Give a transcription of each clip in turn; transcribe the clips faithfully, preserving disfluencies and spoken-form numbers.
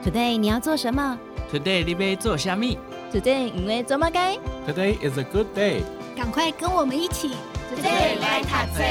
Today 你要做什么？ Today 你要做什么？ Today 因为做乜该？ Today is a good day。 赶快跟我们一起 Today 来读册。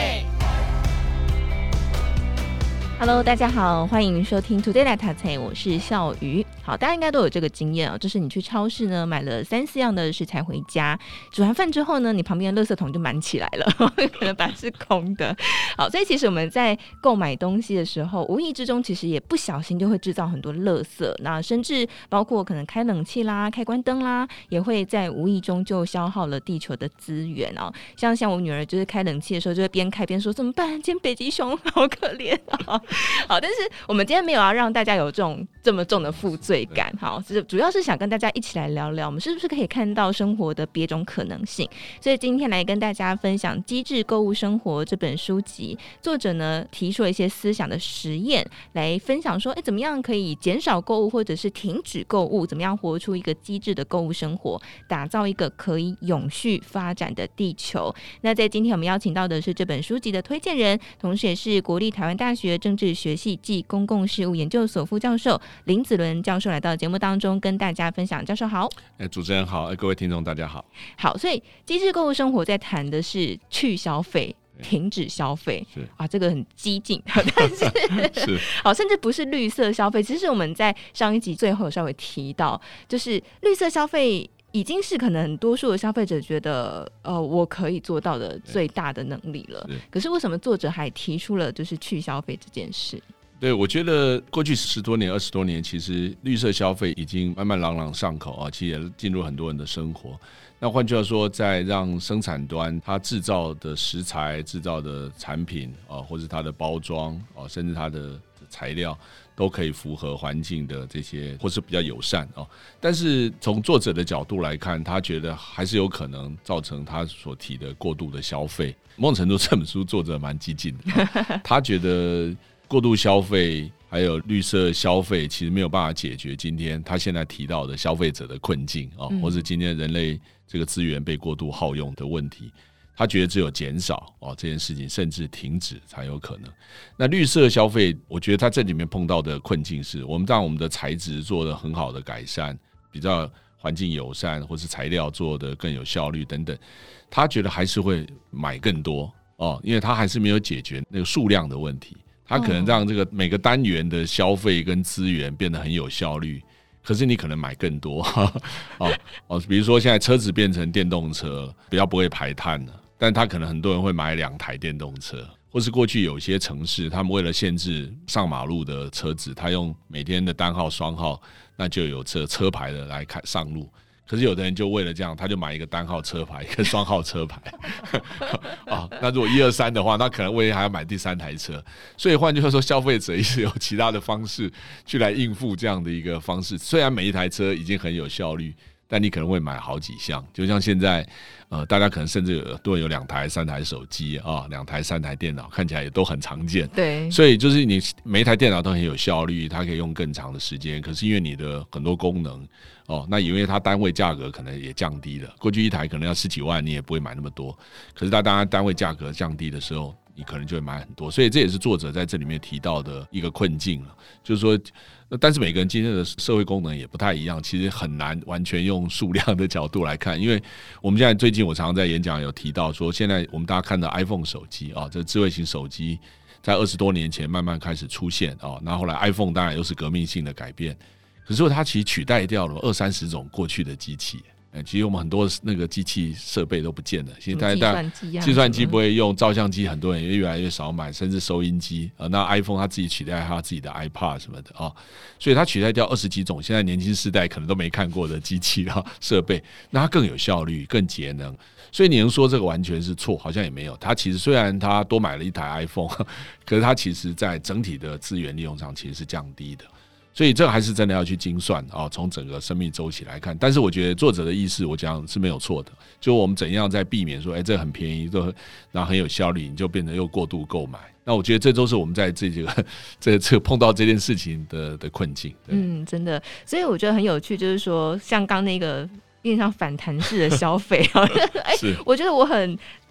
Hello， 大家好，欢迎收听 Today 来读册，我是笑瑜。好，大家应该都有这个经验哦，就是你去超市呢买了三四样的食材回家，煮完饭之后呢，你旁边的垃圾桶就满起来了，可能本来是空的。好，所以其实我们在购买东西的时候，无意之中其实也不小心就会制造很多垃圾，那甚至包括可能开冷气啦、开关灯啦，也会在无意中就消耗了地球的资源哦。像像我女儿就是开冷气的时候，就会边开边说怎么办？今天北极熊好可怜啊！好，但是我们今天没有要让大家有这种这么重的负罪感，好，主要是想跟大家一起来聊聊，我们是不是可以看到生活的别种可能性？所以今天来跟大家分享《机智购物生活》这本书籍，作者呢提出了一些思想的实验，来分享说，哎，怎么样可以减少购物，或者是停止购物？怎么样活出一个机智的购物生活，打造一个可以永续发展的地球？那在今天我们邀请到的是这本书籍的推荐人，同时也是国立台湾大学政治学系暨公共事务研究所副教授林子伦教授来到节目当中跟大家分享。教授好。 欸、主持人好、欸、各位听众大家好。 好，所以机智购物生活在谈的是去消费，停止消费，啊，这个很激进，但是是好，甚至不是绿色消费。其实我们在上一集最后有稍微提到，就是绿色消费已经是可能很多数的消费者觉得，呃，我可以做到的最大的能力了。可是为什么作者还提出了就是去消费这件事？ 对，我觉得过去十多年、二十多年，其实绿色消费已经慢慢朗朗上口啊，其实也进入很多人的生活。那换句话说，在让生产端它制造的食材、制造的产品啊，或是它的包装啊，甚至它的材料，都可以符合环境的这些，或是比较友善啊。但是从作者的角度来看，他觉得还是有可能造成他所提的过度的消费。某种程度，这本书作者蛮激进的、啊，他觉得过度消费还有绿色消费其实没有办法解决今天他现在提到的消费者的困境、哦、或者今天人类这个资源被过度耗用的问题。他觉得只有减少、哦、这件事情甚至停止才有可能。那绿色消费我觉得他这里面碰到的困境是我们让我们的材质做得很好的改善，比较环境友善，或是材料做得更有效率等等，他觉得还是会买更多、哦、因为他还是没有解决那个数量的问题。它可能让这个每个单元的消费跟资源变得很有效率，可是你可能买更多哦哦，比如说现在车子变成电动车，比较不会排碳了，但他可能很多人会买两台电动车，或是过去有些城市他们为了限制上马路的车子，他用每天的单号双号，那就有车车牌的来开上路。可是有的人就为了这样，他就买一个单号车牌，一个双号车牌啊。那如果一二三的话，那可能未来还要买第三台车。所以换句话说，消费者也是有其他的方式去来应付这样的一个方式。虽然每一台车已经很有效率，但你可能会买好几项。就像现在，呃，大家可能甚至有多人有两台、三台手机啊，两台、三台电脑，看起来也都很常见。 对， 所以就是你每一台电脑都很有效率，它可以用更长的时间。可是因为你的很多功能。哦，那因为它单位价格可能也降低了，过去一台可能要十几万，你也不会买那么多。可是它当然单位价格降低的时候，你可能就会买很多。所以这也是作者在这里面提到的一个困境了，就是说，但是每个人今天的社会功能也不太一样，其实很难完全用数量的角度来看。因为我们现在最近我常常在演讲有提到说，现在我们大家看到 iPhone 手机啊，这智慧型手机在二十多年前慢慢开始出现啊，那后来 iPhone 当然又是革命性的改变。可是它其实取代掉了二三十种过去的机器，其实我们很多那个机器设备都不见了。现在大家计算机不会用，照相机很多人也越来越少买，甚至收音机。那 iPhone 它自己取代它自己的 iPad 什么的啊，所以它取代掉二十几种现在年轻世代可能都没看过的机器啊设备，那它更有效率、更节能。所以你能说这个完全是错？好像也没有。它其实虽然它多买了一台 iPhone， 可是它其实在整体的资源利用上其实是降低的。所以这个还是真的要去精算啊，从整个生命周期来看。但是我觉得作者的意思我讲是没有错的，就我们怎样在避免说，哎，这个很便宜，然后很有效率，你就变成又过度购买。那我觉得这都是我们在这个这这碰到这件事情的的困境。 嗯，真的。所以我觉得很有趣，就是说像刚那个有点像反弹式的消费，哎，我觉得我很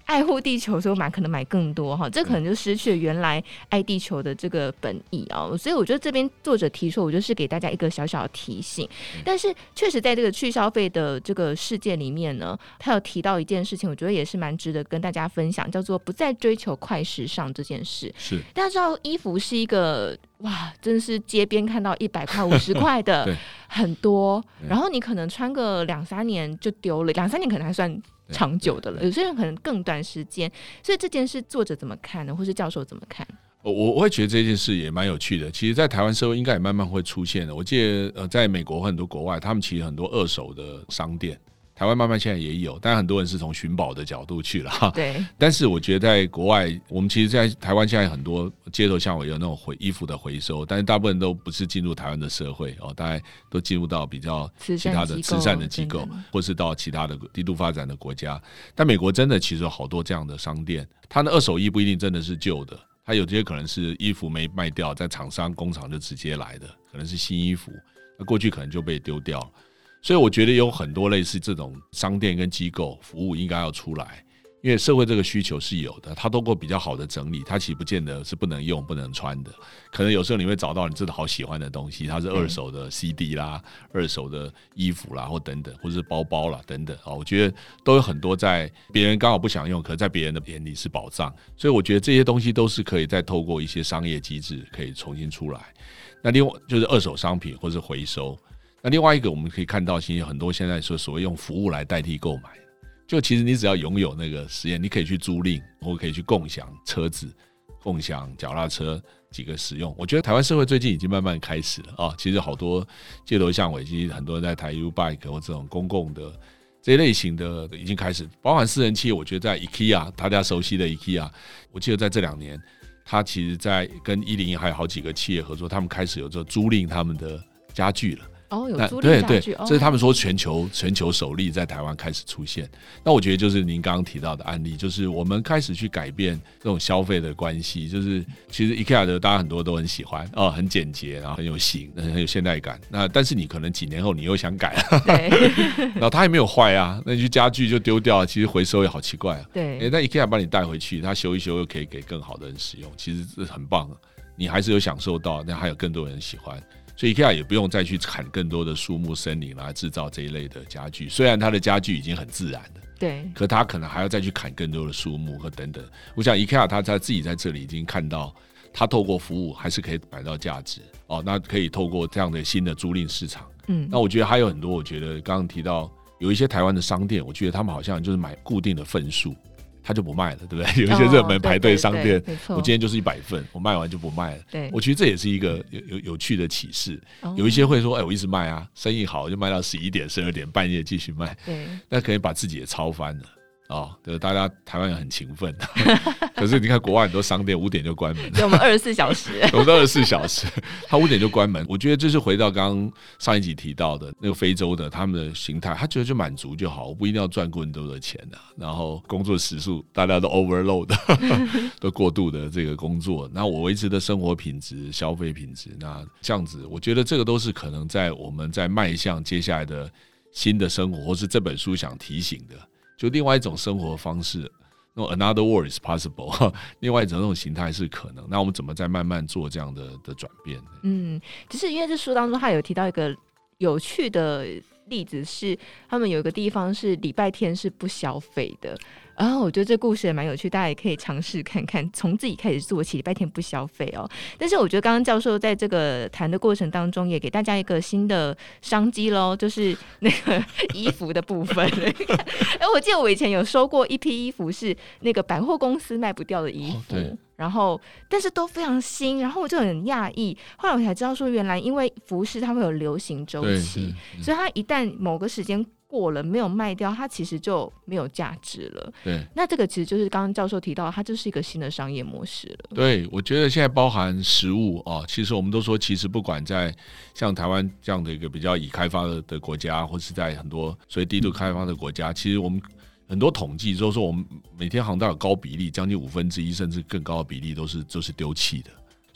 爱护地球，所以我买可能买更多哈，这可能就失去了原来爱地球的这个本意啊。所以我觉得这边作者提出，我就是给大家一个小小的提醒。但是确实在这个去消费的这个世界里面呢，他有提到一件事情，我觉得也是蛮值得跟大家分享，叫做不再追求快时尚这件事。 是大家知道衣服是一个哇，真是街边看到一百块、五十块的很多，然后你可能穿个两三年就丢了，两三年可能还算长久的了，有些人可能更短时间。所以这件事作者怎么看呢？或是教授怎么看？ 我我会觉得这件事也蛮有趣的。其实，在台湾社会应该也慢慢会出现的。我记得呃，在美国和很多国外，他们其实很多二手的商店。台湾慢慢现在也有，但很多人是从寻宝的角度去了哈。 对。 但是我觉得在国外，我们其实，在台湾现在很多街头巷尾有那种回衣服的回收，但是大部分都不是进入台湾的社会哦，大概都进入到比较其他的慈善的机构，或是到其他的低度发展的国家。但美国真的其实有好多这样的商店，它的二手衣不一定真的是旧的，它有些可能是衣服没卖掉，在厂商工厂就直接来的，可能是新衣服，那过去可能就被丢掉了。所以我觉得有很多类似这种商店跟机构服务应该要出来，因为社会这个需求是有的，它透过比较好的整理，它其实不见得是不能用不能穿的，可能有时候你会找到你真的好喜欢的东西，它是二手的 C D 啦、二手的衣服啦或等等，或是包包啦等等，我觉得都有很多在别人刚好不想用，可是在别人的眼里是宝藏，所以我觉得这些东西都是可以再透过一些商业机制可以重新出来。那另外就是二手商品或是回收。那另外一个我们可以看到，其实很多现在说所谓用服务来代替购买，就其实你只要拥有那个实验，你可以去租赁或可以去共享车子、共享脚踏车几个使用。我觉得台湾社会最近已经慢慢开始了啊，其实好多街头巷尾，其实很多人在台 U-Bike 或这种公共的这一类型的已经开始，包含私人企业。我觉得在 IKEA 大家熟悉的 IKEA， 我记得在这两年，他其实在跟一零一还有好几个企业合作，他们开始有做租赁他们的家具了。 哦，有租赁家具， 对对，这是他们说全球全球首例在台湾开始出现。那我觉得就是您刚刚提到的案例，就是我们开始去改变这种消费的关系。就是其实 IKEA 的大家很多都很喜欢哦，很简洁，然后很有型，很有现代感。那但是你可能几年后你又想改了，对，然后它也没有坏啊，那你去家具就丢掉，其实回收也好奇怪啊。 对， 欸、但 IKEA 把你带回去，它修一修又可以给更好的人使用，其实这很棒，你还是有享受到，那还有更多人喜欢。所以 IKEA 也不用再去砍更多的树木森林来制造这一类的家具，虽然它的家具已经很自然了， 对， 可它可能还要再去砍更多的树木和等等。我想 IKEA 它在自己在这里已经看到，它透过服务还是可以摆到价值哦，那可以透过这样的新的租赁市场。嗯，那我觉得还有很多，我觉得刚刚提到有一些台湾的商店，我觉得他们好像就是买固定的份数。他就不卖了，对不对？有一些热门排队商店，哦、对对对，我今天就是一百份，我卖完就不卖了。对，我觉得这也是一个有有有趣的启示。哦、有一些会说：“哎，我一直卖啊，生意好就卖到十一点、十二点，半夜继续卖。”对，那可以把自己也超翻了。哦，对，大家台湾人很勤奋，可是你看国外很多商店五点就关门， 对，我们二十四小时， 我们二十四小时，他五点就关门。我觉得这是回到刚刚上一集提到的那个非洲的他们的形态，他觉得就满足就好，我不一定要赚更多的钱啊，然后工作时数大家都 overload， 都过度的这个工作，那我维持的生活品质、消费品质，那这样子，我觉得这个都是可能在我们在迈向接下来的新的生活，或是这本书想提醒的。就另外一种生活方式，那种 another world is possible， 另外一种那种形态是可能。那我们怎么再慢慢做这样的的转变？ 嗯，其实因为这书当中他有提到一个有趣的例子是，他们有一个地方是礼拜天是不消费的。然后我觉得这故事也蛮有趣，大家也可以尝试看看，从自己开始做起，礼拜天不消费哦。但是我觉得刚刚教授在这个谈的过程当中，也给大家一个新的商机咯，就是那个衣服的部分。哎，我记得我以前有收过一批衣服，是那个百货公司卖不掉的衣服。哦，对。然后但是都非常新，然后我就很讶异，后来我才知道说，原来因为服饰它会有流行周期，所以它一旦某个时间过了没有卖掉，它其实就没有价值了。对，那这个其实就是刚刚教授提到，它就是一个新的商业模式了。 对，我觉得现在包含食物哦，其实我们都说，其实不管在像台湾这样的一个比较已开发的国家，或是在很多所谓低度开发的国家，其实我们很多统计都说，我们每天好像都有高比例，将近五分之一甚至更高的比例都是都是丢弃的。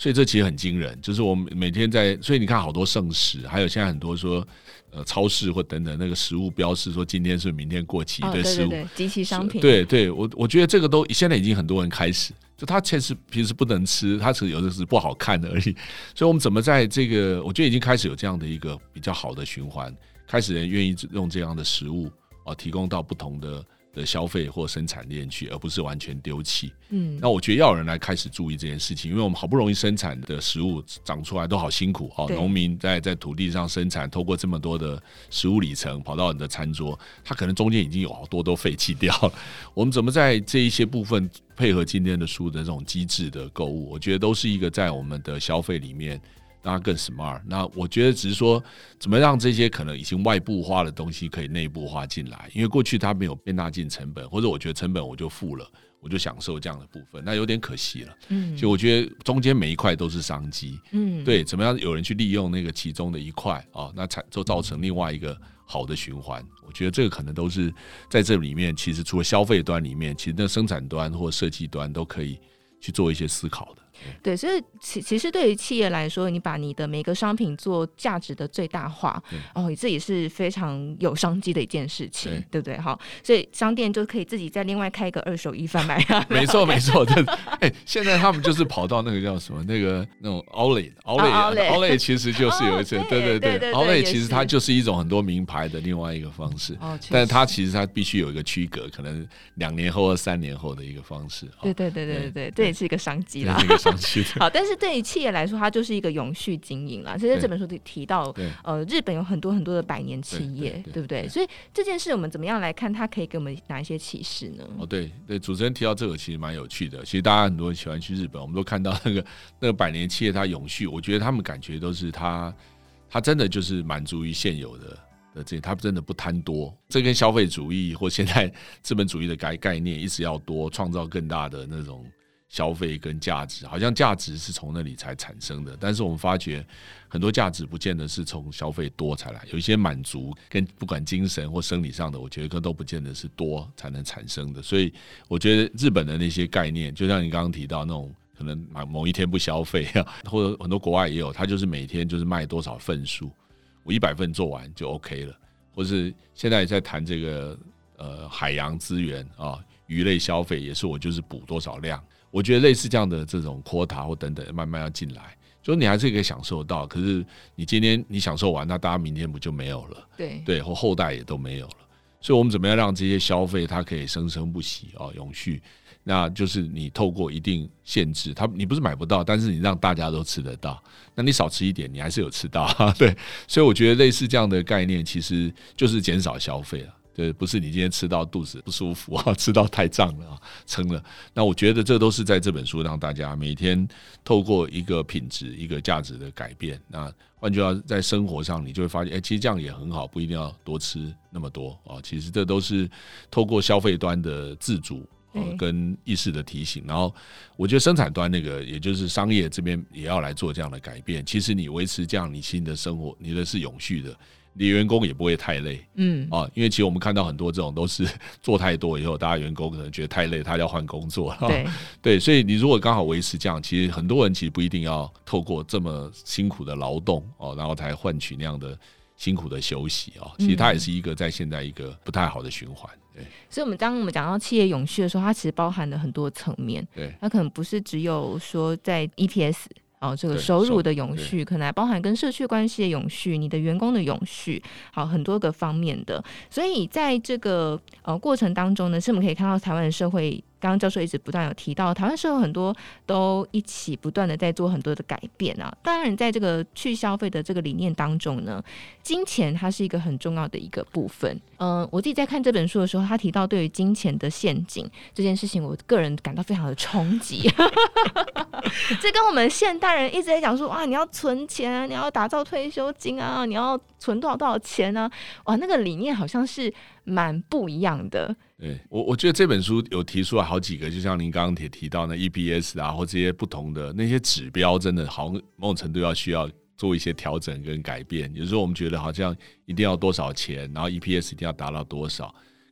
所以这其实很惊人，就是我们每天在，所以你看好多剩食，还有现在很多说呃超市或等等那个食物标示说今天是明天过期的食物， 哦、对对对，即期商品， 对对，我我觉得这个都现在已经很多人开始，就它其实平时不能吃，它只有的是不好看而已，所以我们怎么在这个，我觉得已经开始有这样的一个比较好的循环，开始人愿意用这样的食物啊提供到不同的。的消费或生产链去，而不是完全丢弃。嗯，那我觉得要有人来开始注意这件事情，因为我们好不容易生产的食物长出来都好辛苦哦，农民在在土地上生产，透过这么多的食物里程跑到你的餐桌，它可能中间已经有好多都废弃掉了。我们怎么在这一些部分配合今天的书的这种机制的购物，我觉得都是一个在我们的消费里面。让它更 smart。那我觉得只是说，怎么让这些可能已经外部化的东西可以内部化进来？因为过去它没有变大进成本，或者我觉得成本我就付了，我就享受这样的部分，那有点可惜了。嗯，所以我觉得中间每一块都是商机。嗯，对，怎么样有人去利用那个其中的一块啊、哦，那才就造成另外一个好的循环。我觉得这个可能都是在这里面，其实除了消费端里面，其实那生产端或设计端都可以去做一些思考的。 对，所以其其实对于企业来说，你把你的每个商品做价值的最大化，哦，这也是非常有商机的一件事情， 对, 对不对？好，所以商店就可以自己再另外开一个二手衣贩卖。 没错，没错，对，哎，现在他们就是跑到那个叫什么那个那种 outlet，outlet，outlet， 其实就是有一次，对对对 ，outlet 其实它就是一种很多名牌的另外一个方式，哦、但是它其实它必须有一个区隔，可能两年后或三年后的一个方式。 对对对对对对，这也是一个商机啦。 好， 但是对于企业来说，它就是一个永续经营啦。所以在这本书里提到，呃，日本有很多很多的百年企业， 对, 对, 对不对？所以这件事我们怎么样来看，它可以给我们哪一些启示呢？ 哦，对对，主持人提到这个其实蛮有趣的。其实大家很多人喜欢去日本，我们都看到那个那个百年企业它永续，我觉得他们感觉都是它它真的就是满足于现有的。的这他真的不贪多，这跟消费主义或现在资本主义的概概念一直要多，创造更大的那种消费跟价值，好像价值是从那里才产生的。但是我们发觉很多价值不见得是从消费多才来，有一些满足跟不管精神或生理上的，我觉得都不见得是多才能产生的。所以我觉得日本的那些概念，就像你刚刚提到那种。可能某一天不消费，或者很多国外也有，他就是每天就是卖多少份数。我一百份做完就 OK 了，或是现在在谈这个呃海洋资源啊，鱼类消费也是我就是补多少量，我觉得类似这样的这种 quota 或等等慢慢要进来，就是你还是可以享受到，可是你今天你享受完，那大家明天不就没有了？对对，或后代也都没有了。所以我们怎么样让这些消费它可以生生不息啊，永续？那就是你透过一定限制，它你不是买不到，但是你让大家都吃得到，那你少吃一点，你还是有吃到，对。所以我觉得类似这样的概念，其实就是减少消费了。对，不是你今天吃到肚子不舒服啊，吃到太胀了啊，撑了。那我觉得这都是在这本书让大家每天透过一个品质、一个价值的改变。那换句话说，在生活上你就会发现，哎，其实这样也很好，不一定要多吃那么多啊。其实这都是透过消费端的自主。跟意识的提醒，然后我觉得生产端那个，也就是商业这边也要来做这样的改变。其实你维持这样你新的生活，你的是永续的，你的员工也不会太累，嗯啊，因为其实我们看到很多这种都是做太多以后，大家员工可能觉得太累，他要换工作，对对，所以你如果刚好维持这样，其实很多人其实不一定要透过这么辛苦的劳动哦，然后才换取那样的辛苦的休息啊，其实它也是一个在现在一个不太好的循环。对， 所以我们当我们讲到企业永续的时候，它其实包含了很多层面。对，它可能不是只有说在 E P S 哦，这个收入的永续，可能还包含跟社区关系的永续，你的员工的永续，好，很多个方面的。所以在这个呃过程当中呢，是我们可以看到台湾的社会。刚刚教授一直不断有提到，台湾社会很多都一起不断的在做很多的改变啊。当然，在这个去消费的这个理念当中呢，金钱它是一个很重要的一个部分。嗯、呃，我自己在看这本书的时候，他提到对于金钱的陷阱这件事情，我个人感到非常的冲击。这跟我们现代人一直在讲说，哇，你要存钱啊，你要打造退休金啊，你要存多少多少钱啊，哇，那个理念好像是蛮不一样的。 对，我我觉得这本书有提出来好几个，就像您刚刚也提到那 E P S 啊，或这些不同的那些指标，真的好像某种程度要需要做一些调整跟改变。有时候我们觉得好像一定要多少钱，然后 E P S 一定要达到多少，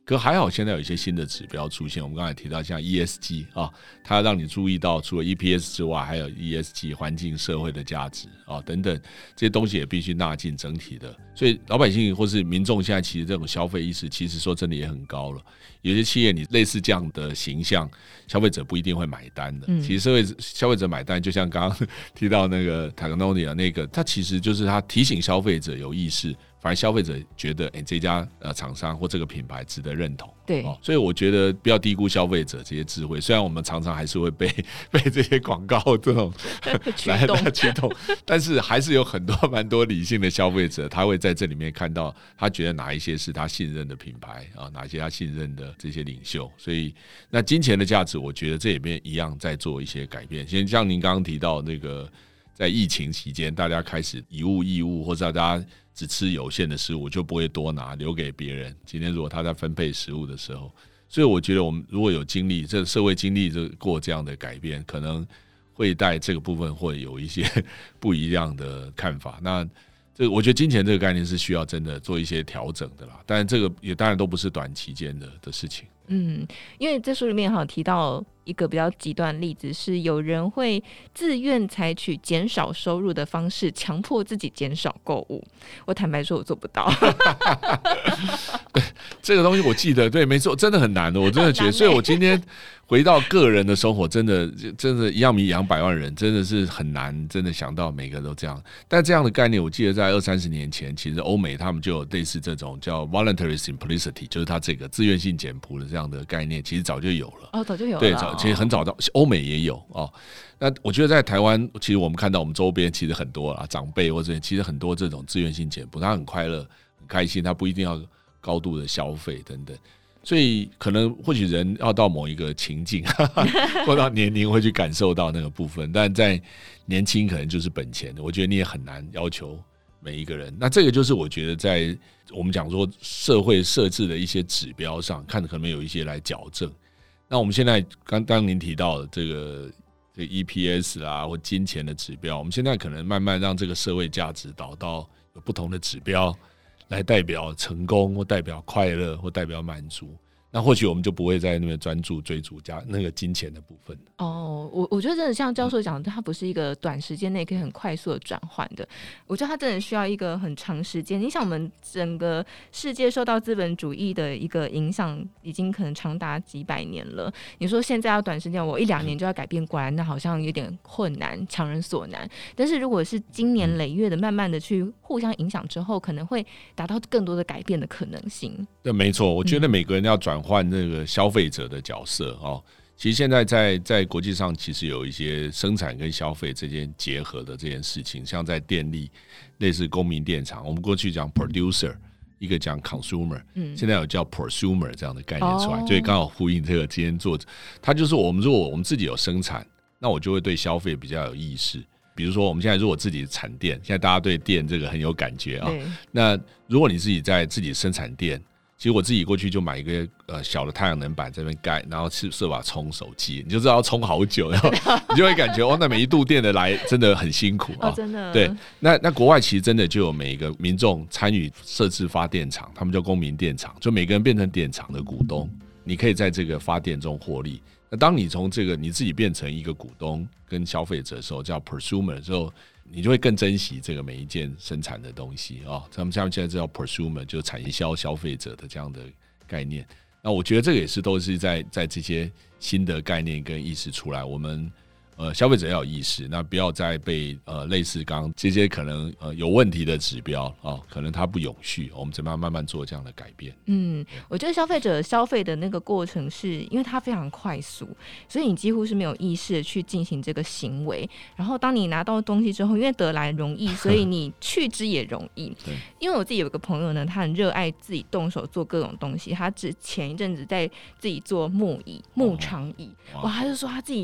可还好现在有一些新的指标出现，我们刚才提到像 E S G 啊，它让你注意到除了 E P S 之外，还有 E S G 环境社会的价值啊等等，这些东西也必须纳进整体的。所以老百姓或是民众现在其实这种消费意识，其实说真的也很高了。有些企业你类似这样的形象，消费者不一定会买单的。嗯、其实社会消费者买单，就像刚刚提到那个 Patagonia 那个，它其实就是它提醒消费者有意识。反而消费者觉得，哎、欸，这家呃厂商或这个品牌值得认同， 对、 哦，所以我觉得不要低估消费者这些智慧。虽然我们常常还是会被被这些广告这种来来驱动，但是还是有很多蛮多理性的消费者，他会在这里面看到，他觉得哪一些是他信任的品牌啊，哪一些他信任的这些领袖。所以，那金钱的价值，我觉得这里面一样在做一些改变。像您刚刚提到那个，在疫情期间，大家开始以物易物，或者大家只吃有限的食物，就不会多拿留给别人。今天如果他在分配食物的时候，所以我觉得我们如果有经历这社会经历过这样的改变，可能会在这个部分会有一些不一样的看法。那这个我觉得金钱这个概念是需要真的做一些调整的啦，但这个也当然都不是短期间 的, 的事情。 嗯，因为这书里面有提到一个比较极端的例子，是有人会自愿采取减少收入的方式，强迫自己减少购物。我坦白说，我做不到。 对这个东西，我记得，对，没错，真的很难的，我真的觉得。所以我今天回到个人的生活，真的，真的，一样米养百万人，真的是很难，真的想到每个都这样。但这样的概念，我记得在二三十年前，其实欧美他们就有类似这种叫 voluntary simplicity， 就是它这个自愿性简朴的这样的概念，其实早就有了。 哦，早就有了。 对，早其实很早到欧美也有哦。那我觉得在台湾，其实我们看到我们周边其实很多啦，长辈或者其实很多这种自愿性简朴，他很快乐、很开心，他不一定要高度的消费等等。所以可能或许人要到某一个情境或到年龄会去感受到那个部分，但在年轻可能就是本钱的，我觉得你也很难要求每一个人。那这个就是我觉得在我们讲说社会设置的一些指标上，看可能有一些来矫正。那我们现在刚刚您提到的这个这个 E P S 啦或金钱的指标，我们现在可能慢慢让这个社会价值导到有不同的指标来代表成功或代表快乐或代表满足，那或许我们就不会在那边专注追逐加那个金钱的部分。 哦，我我觉得真的像教授讲的，它不是一个短时间内可以很快速的转换的，我觉得它真的需要一个很长时间。你想，我们整个世界受到资本主义的一个影响，已经可能长达几百年了。你说现在要短时间，我一两年就要改变过来，那好像有点困难，强人所难。但是如果是经年累月的，慢慢的去互相影响之后，可能会达到更多的改变的可能性。 对，没错，我觉得每个人要转换那个消费者的角色哦。其实现在在在国际上，其实有一些生产跟消费之间结合的这件事情，像在电力，类似公民电厂，我们过去讲 producer， 一个讲 consumer，嗯，现在有叫 prosumer 这样的概念出来，所以刚好呼应这个今天作者，他就是我们如果我们自己有生产，那我就会对消费比较有意识。比如说我们现在如果自己产电，现在大家对电这个很有感觉啊，那如果你自己在自己生产电，其实我自己过去就买一个呃小的太阳能板这边盖，然后设法充手机，你就知道要充好久，然后你就会感觉哦，那每一度电的来真的很辛苦啊、哦， 真的。 对，那那国外其实真的就有每一个民众参与设置发电厂，他们叫公民电厂，就每个人变成电厂的股东，你可以在这个发电中获利。那当你从这个你自己变成一个股东跟消费者的时候，叫 prosumer 的时候，你就会更珍惜这个每一件生产的东西啊。他们现在叫 prosumer， 就是产销消费者的这样的概念。那我觉得这个也是都是在在这些新的概念跟意识出来，我们呃消费者要有意识，那不要再被呃类似刚刚这些可能呃有问题的指标啊、哦，可能它不永续，我们怎么样慢慢做这样的改变？ 嗯，我觉得消费者消费的那个过程是因为它非常快速，所以你几乎是没有意识的去进行这个行为。然后当你拿到东西之后，因为得来容易，所以你去之也容易。对，因为我自己有一个朋友呢，他很热爱自己动手做各种东西。他之前一阵子在自己做木椅、木长椅，哇，他就说他自己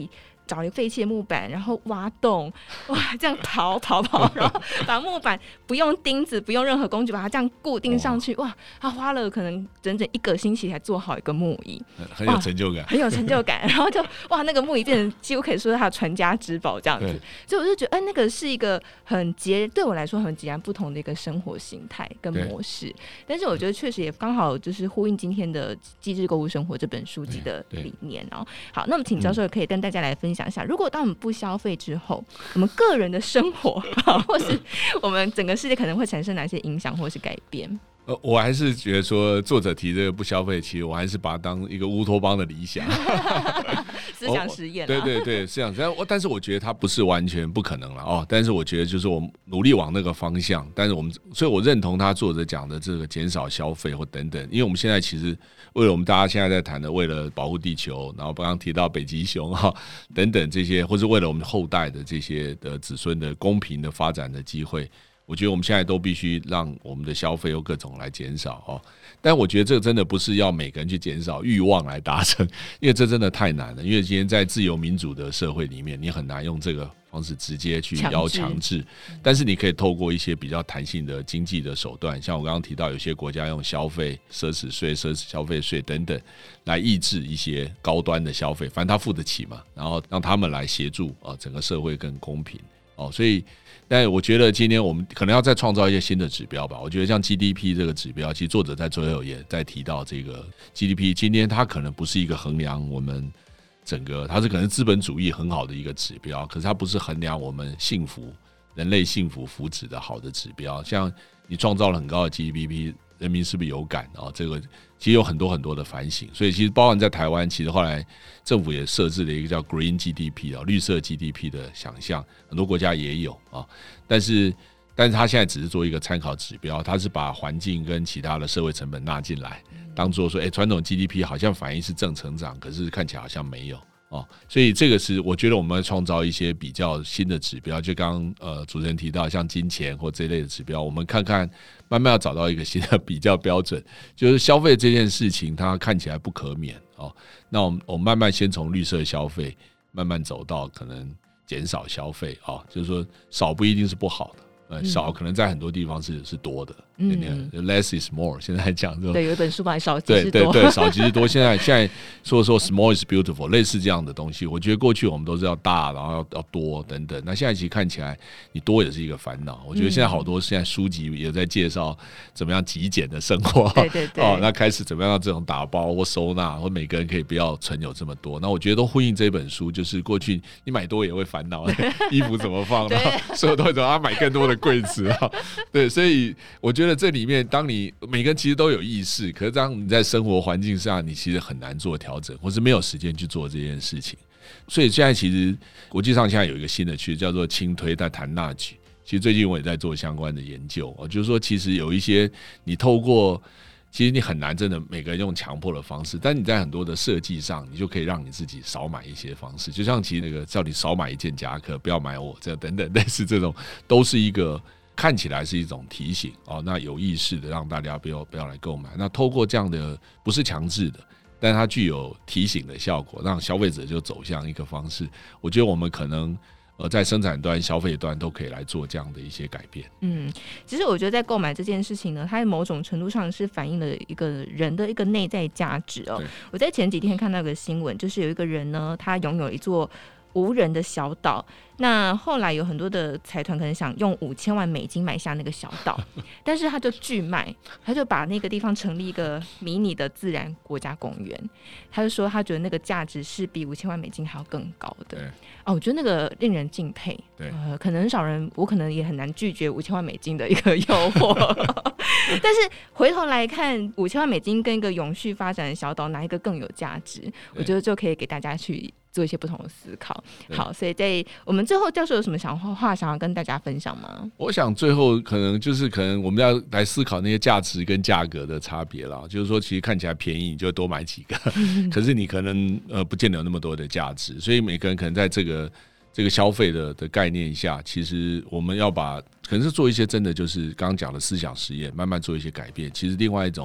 找一个废弃的木板，然后挖洞，哇，这样刨刨刨，然后把木板不用钉子，不用任何工具，把它这样固定上去。哇，他花了可能整整一个星期才做好一个木椅， 很有成就感， 很有成就感。然后就哇，那个木椅变成几乎可以说是他的传家之宝这样子。所以我就觉得，哎、欸，那个是一个很截，对我来说很截然不同的一个生活形态跟模式。但是我觉得确实也刚好就是呼应今天的《机智购物生活》这本书籍的理念哦。好，那么请教授也可以跟大家来分享。想一下，如果当我们不消费之后，我们个人的生活，或是我们整个世界可能会产生哪些影响或是改变？ 呃，我还是觉得说，作者提这个不消费，其实我还是把它当一个乌托邦的理想， 思想实验、啊。 对对对，思想实验。但是我觉得它不是完全不可能了哦。但是我觉得就是我们努力往那个方向。但是我们，所以我认同他作者讲的这个减少消费或等等，因为我们现在其实为了我们大家现在在谈的，为了保护地球，然后刚刚提到北极熊哈等等这些，或是为了我们后代的这些的子孙的公平的发展的机会。我觉得我们现在都必须让我们的消费有各种来减少哦，但我觉得这个真的不是要每个人去减少欲望来达成，因为这真的太难了。因为今天在自由民主的社会里面，你很难用这个方式直接去要强制，但是你可以透过一些比较弹性的经济的手段，像我刚刚提到，有些国家用消费奢侈税、奢侈消费税等等来抑制一些高端的消费，反正他付得起嘛，然后让他们来协助啊整个社会更公平哦，所以。但我觉得今天我们可能要再创造一些新的指标吧。我觉得像 G D P 这个指标，其实作者在最后也在提到这个 G D P， 今天它可能不是一个衡量我们整个，它是可能资本主义很好的一个指标，可是它不是衡量我们幸福、人类幸福福祉的好的指标。像你创造了很高的 G D P， 人民是不是有感啊？这个其实有很多很多的反省，所以其实包含在台湾，其实后来政府也设置了一个叫 Green G D P 啊，绿色 G D P 的想象，很多国家也有啊，但是但是它现在只是做一个参考指标，它是把环境跟其他的社会成本纳进来，当做说，哎，传统 G D P 好像反映是正成长，可是看起来好像没有。哦，所以这个是我觉得我们要创造一些比较新的指标，就刚刚呃主持人提到像金钱或这一类的指标，我们看看慢慢要找到一个新的比较标准，就是消费这件事情它看起来不可免哦，那我们我们慢慢先从绿色消费慢慢走到可能减少消费哦，就是说少不一定是不好的。呃，少可能在很多地方是是多的，嗯 ，less is more。现在讲这种， 对，有一本书吧，少即是多， 对对对，少即是多。现在现在说说 small is beautiful， 类似这样的东西，我觉得过去我们都是要大，然后要要多等等。那现在其实看起来，你多也是一个烦恼。我觉得现在好多现在书籍也在介绍怎么样极简的生活， 对对对， 哦，那开始怎么样让这种打包或收纳，或每个人可以不要存有这么多。那我觉得都呼应这本书，就是过去你买多也会烦恼，衣服怎么放，然后所有东西都要买更多的柜子啊，对，所以我觉得这里面，当你每个人其实都有意识，可是当你在生活环境上，你其实很难做调整，或是没有时间去做这件事情。所以现在其实国际上现在有一个新的趋势叫做轻推，在谈纳举。其实最近我也在做相关的研究，就是说其实有一些你透过。其实你很难真的每个人用强迫的方式，但你在很多的设计上，你就可以让你自己少买一些方式。就像其实那个叫你少买一件夹克，不要买我这等等，类似这种，都是一个看起来是一种提醒哦。那有意识的让大家不要不要来购买。那透过这样的不是强制的，但它具有提醒的效果，让消费者就走向一个方式。我觉得我们可能。呃，在生产端、消费端都可以来做这样的一些改变。 嗯，其实我觉得在购买这件事情呢，它某种程度上是反映了一个人的一个内在价值哦。我在前几天看到一个新闻，就是有一个人呢，他拥有一座无人的小岛。那后来有很多的财团可能想用五千万美金买下那个小岛，但是他就拒卖，他就把那个地方成立一个迷你的自然国家公园。他就说他觉得那个价值是比五千万美金还要更高的。哦，我觉得那个令人敬佩。 对， 呃，可能很少人，我可能也很难拒绝五千万美金的一个诱惑。但是回头来看，五千万美金跟一个永续发展的小岛，哪一个更有价值？我觉得就可以给大家去做一些不同的思考。好，所以在我们最后，教授有什么想话想要跟大家分享吗？ 我想最后可能就是可能我们要来思考那些价值跟价格的差别啦。就是说，其实看起来便宜，你就多买几个，可是你可能呃不见得有那么多的价值。所以每个人可能在这个这个消费的的概念下，其实我们要把可能是做一些真的就是刚刚讲的思想实验，慢慢做一些改变。其实另外一种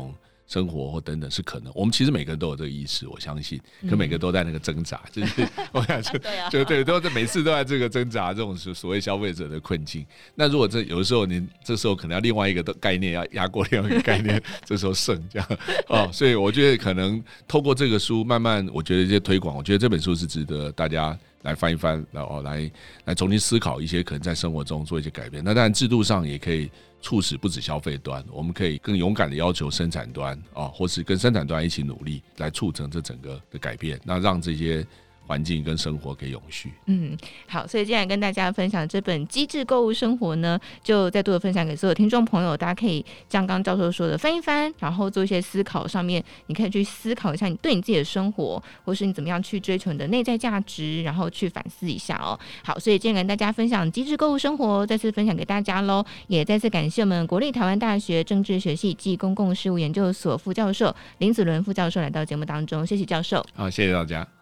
生活或等等是可能。我们其实每个人都有这个意识，我相信，可每个都在那个挣扎，嗯、就是我想就对啊， 就对，都在每次都在这个挣扎，这种所谓消费者的困境。那如果这有的时候你这时候可能要另外一个概念要压过另外一个概念，这时候剩这样哦，所以我觉得可能透过这个书慢慢，我觉得这些推广，我觉得这本书是值得大家来翻一翻，然后来来重新思考一些可能在生活中做一些改变。那当然制度上也可以促使不止消费端，我们可以更勇敢的要求生产端啊，或是跟生产端一起努力，来促成这整个的改变，那让这些环境跟生活可以永续。 嗯，好，所以接下来跟大家分享这本《机智购物生活》呢，就再度的分享给所有听众朋友，大家可以像刚刚教授说的翻一翻，然后做一些思考，上面你可以去思考一下你对你自己的生活，或是你怎么样去追求你的内在价值，然后去反思一下哦。好，所以今天跟大家分享《机智购物生活》，再次分享给大家喽，也再次感谢我们国立台湾大学政治学系暨公共事务研究所副教授林子伦副教授来到节目当中，谢谢教授。 好，谢谢大家。